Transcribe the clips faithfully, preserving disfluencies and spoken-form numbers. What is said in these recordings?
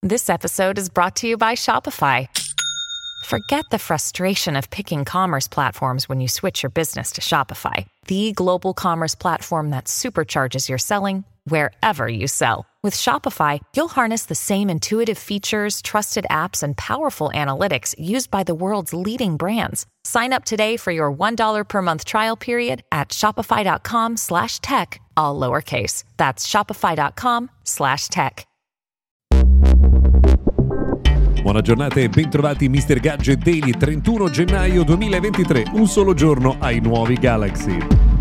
This episode is brought to you by Shopify. Forget the frustration of picking commerce platforms when you switch your business to Shopify, the global commerce platform that supercharges your selling wherever you sell. With Shopify, you'll harness the same intuitive features, trusted apps, and powerful analytics used by the world's leading brands. Sign up today for your one dollar per month trial period at shopify.com slash tech, all lowercase. That's shopify.com slash tech. Buona giornata e bentrovati mister Gadget Daily, trentuno gennaio duemilaventitré, un solo giorno ai nuovi Galaxy.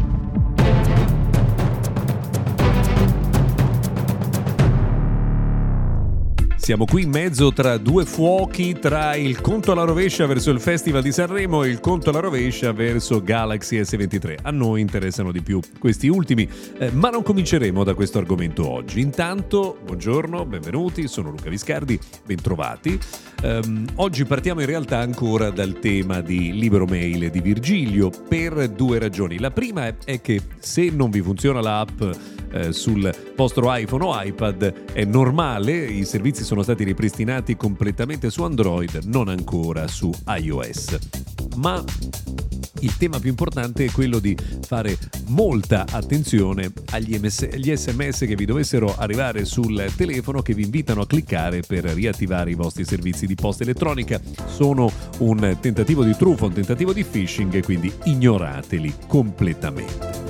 Siamo qui in mezzo tra due fuochi, tra il conto alla rovescia verso il Festival di Sanremo e il conto alla rovescia verso Galaxy S ventitré. A noi interessano di più questi ultimi, eh, ma non cominceremo da questo argomento oggi. Intanto, buongiorno, benvenuti, sono Luca Viscardi, bentrovati. Um, oggi partiamo in realtà ancora dal tema di Libero Mail di Virgilio per due ragioni. La prima è, è che se non vi funziona l'app eh, sul vostro iPhone o iPad è normale, i servizi sono stati ripristinati completamente su Android, non ancora su iOS. Ma il tema più importante è quello di fare molta attenzione agli, M S, agli S M S che vi dovessero arrivare sul telefono, che vi invitano a cliccare per riattivare i vostri servizi di posta elettronica. Sono un tentativo di truffa, un tentativo di phishing, e quindi ignorateli completamente.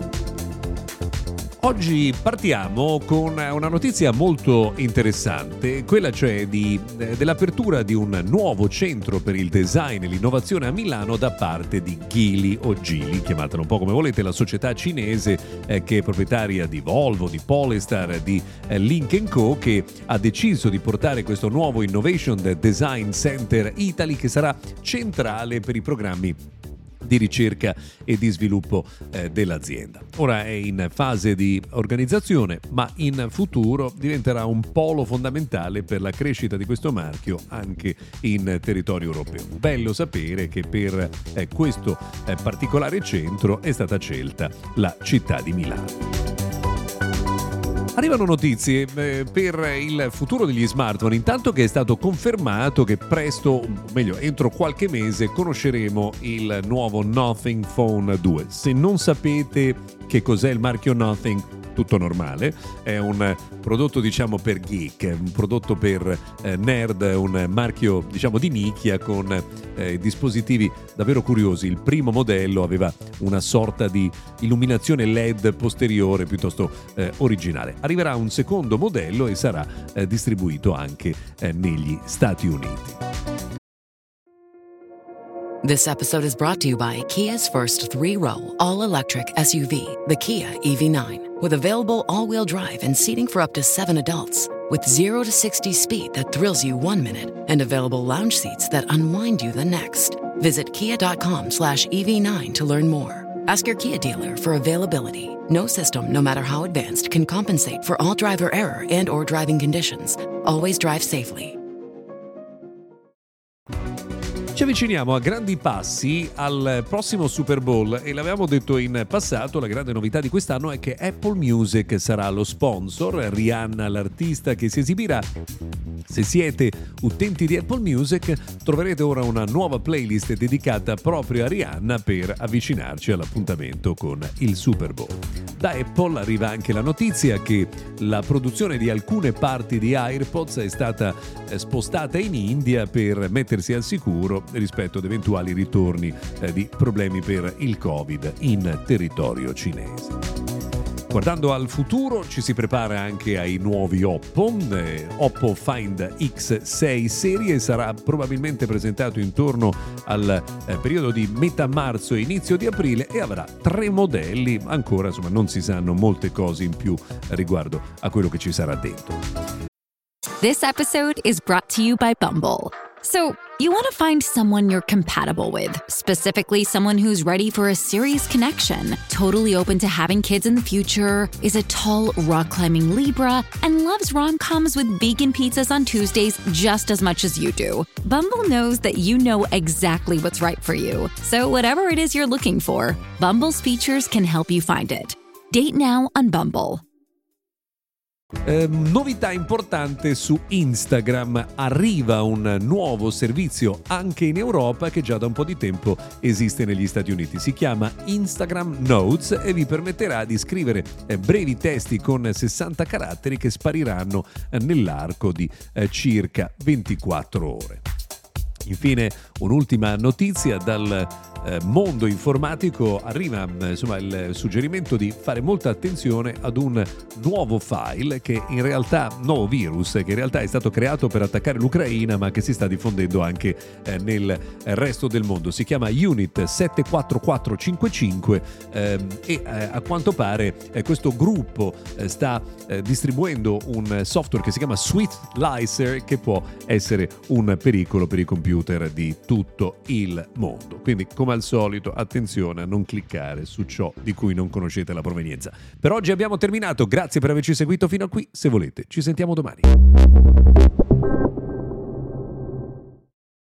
Oggi partiamo con una notizia molto interessante, quella cioè di, eh, dell'apertura di un nuovo centro per il design e l'innovazione a Milano da parte di Geely o Geely, chiamatela un po' come volete, la società cinese eh, che è proprietaria di Volvo, di Polestar, di eh, Lynk and Co, che ha deciso di portare questo nuovo Innovation Design Center Italy, che sarà centrale per i programmi di ricerca e di sviluppo eh, dell'azienda. Ora è in fase di organizzazione, ma in futuro diventerà un polo fondamentale per la crescita di questo marchio anche in territorio europeo. Bello sapere che per eh, questo eh, particolare centro è stata scelta la città di Milano. Arrivano notizie eh, per il futuro degli smartphone, intanto che è stato confermato che presto, o meglio entro qualche mese, conosceremo il nuovo Nothing Phone due. Se non sapete che cos'è il marchio Nothing, tutto normale, è un prodotto diciamo per geek, un prodotto per eh, nerd, un marchio diciamo di nicchia con eh, dispositivi davvero curiosi. Il primo modello aveva una sorta di illuminazione L E D posteriore piuttosto eh, originale. Arriverà un secondo modello e sarà eh, distribuito anche eh, negli Stati Uniti. This episode is brought to you by Kia's first three-row, all-electric S U V, the Kia E V nine. With available all-wheel drive and seating for up to seven adults. With zero to sixty speed that thrills you one minute and available lounge seats that unwind you the next. Visit kia.com slash EV9 to learn more. Ask your Kia dealer for availability. No system, no matter how advanced, can compensate for all driver error and or driving conditions. Always drive safely. Ci avviciniamo a grandi passi al prossimo Super Bowl e l'avevamo detto in passato, la grande novità di quest'anno è che Apple Music sarà lo sponsor, Rihanna l'artista che si esibirà. Se siete utenti di Apple Music troverete ora una nuova playlist dedicata proprio a Rihanna per avvicinarci all'appuntamento con il Super Bowl. Da Apple arriva anche la notizia che la produzione di alcune parti di AirPods è stata spostata in India per mettersi al sicuro rispetto ad eventuali ritorni eh, di problemi per il Covid in territorio cinese. Guardando al futuro ci si prepara anche ai nuovi Oppo. Eh, Oppo Find X sei serie sarà probabilmente presentato intorno al eh, periodo di metà marzo e inizio di aprile e avrà tre modelli. Ancora insomma non si sanno molte cose in più riguardo a quello che ci sarà dentro. This episode is brought to you by Bumble. So, you want to find someone you're compatible with, specifically someone who's ready for a serious connection, totally open to having kids in the future, is a tall, rock-climbing Libra, and loves rom-coms with vegan pizzas on Tuesdays just as much as you do. Bumble knows that you know exactly what's right for you. So whatever it is you're looking for, Bumble's features can help you find it. Date now on Bumble. Eh, novità importante su Instagram, arriva un nuovo servizio anche in Europa che già da un po' di tempo esiste negli Stati Uniti. Si chiama Instagram Notes e vi permetterà di scrivere eh, brevi testi con sessanta caratteri che spariranno eh, nell'arco di eh, circa ventiquattro ore. Infine, un'ultima notizia dal eh, mondo informatico. Arriva eh, insomma il suggerimento di fare molta attenzione ad un nuovo file che in realtà, nuovo virus che in realtà è stato creato per attaccare l'Ucraina ma che si sta diffondendo anche eh, nel resto del mondo. Si chiama Unit sette quattro quattro cinque cinque eh, e eh, a quanto pare eh, questo gruppo eh, sta eh, distribuendo un software che si chiama SweetLicer che può essere un pericolo per i computer di tutto il mondo. Quindi, come al solito, attenzione a non cliccare su ciò di cui non conoscete la provenienza. Per oggi abbiamo terminato, grazie per averci seguito fino a qui. Se volete, ci sentiamo domani.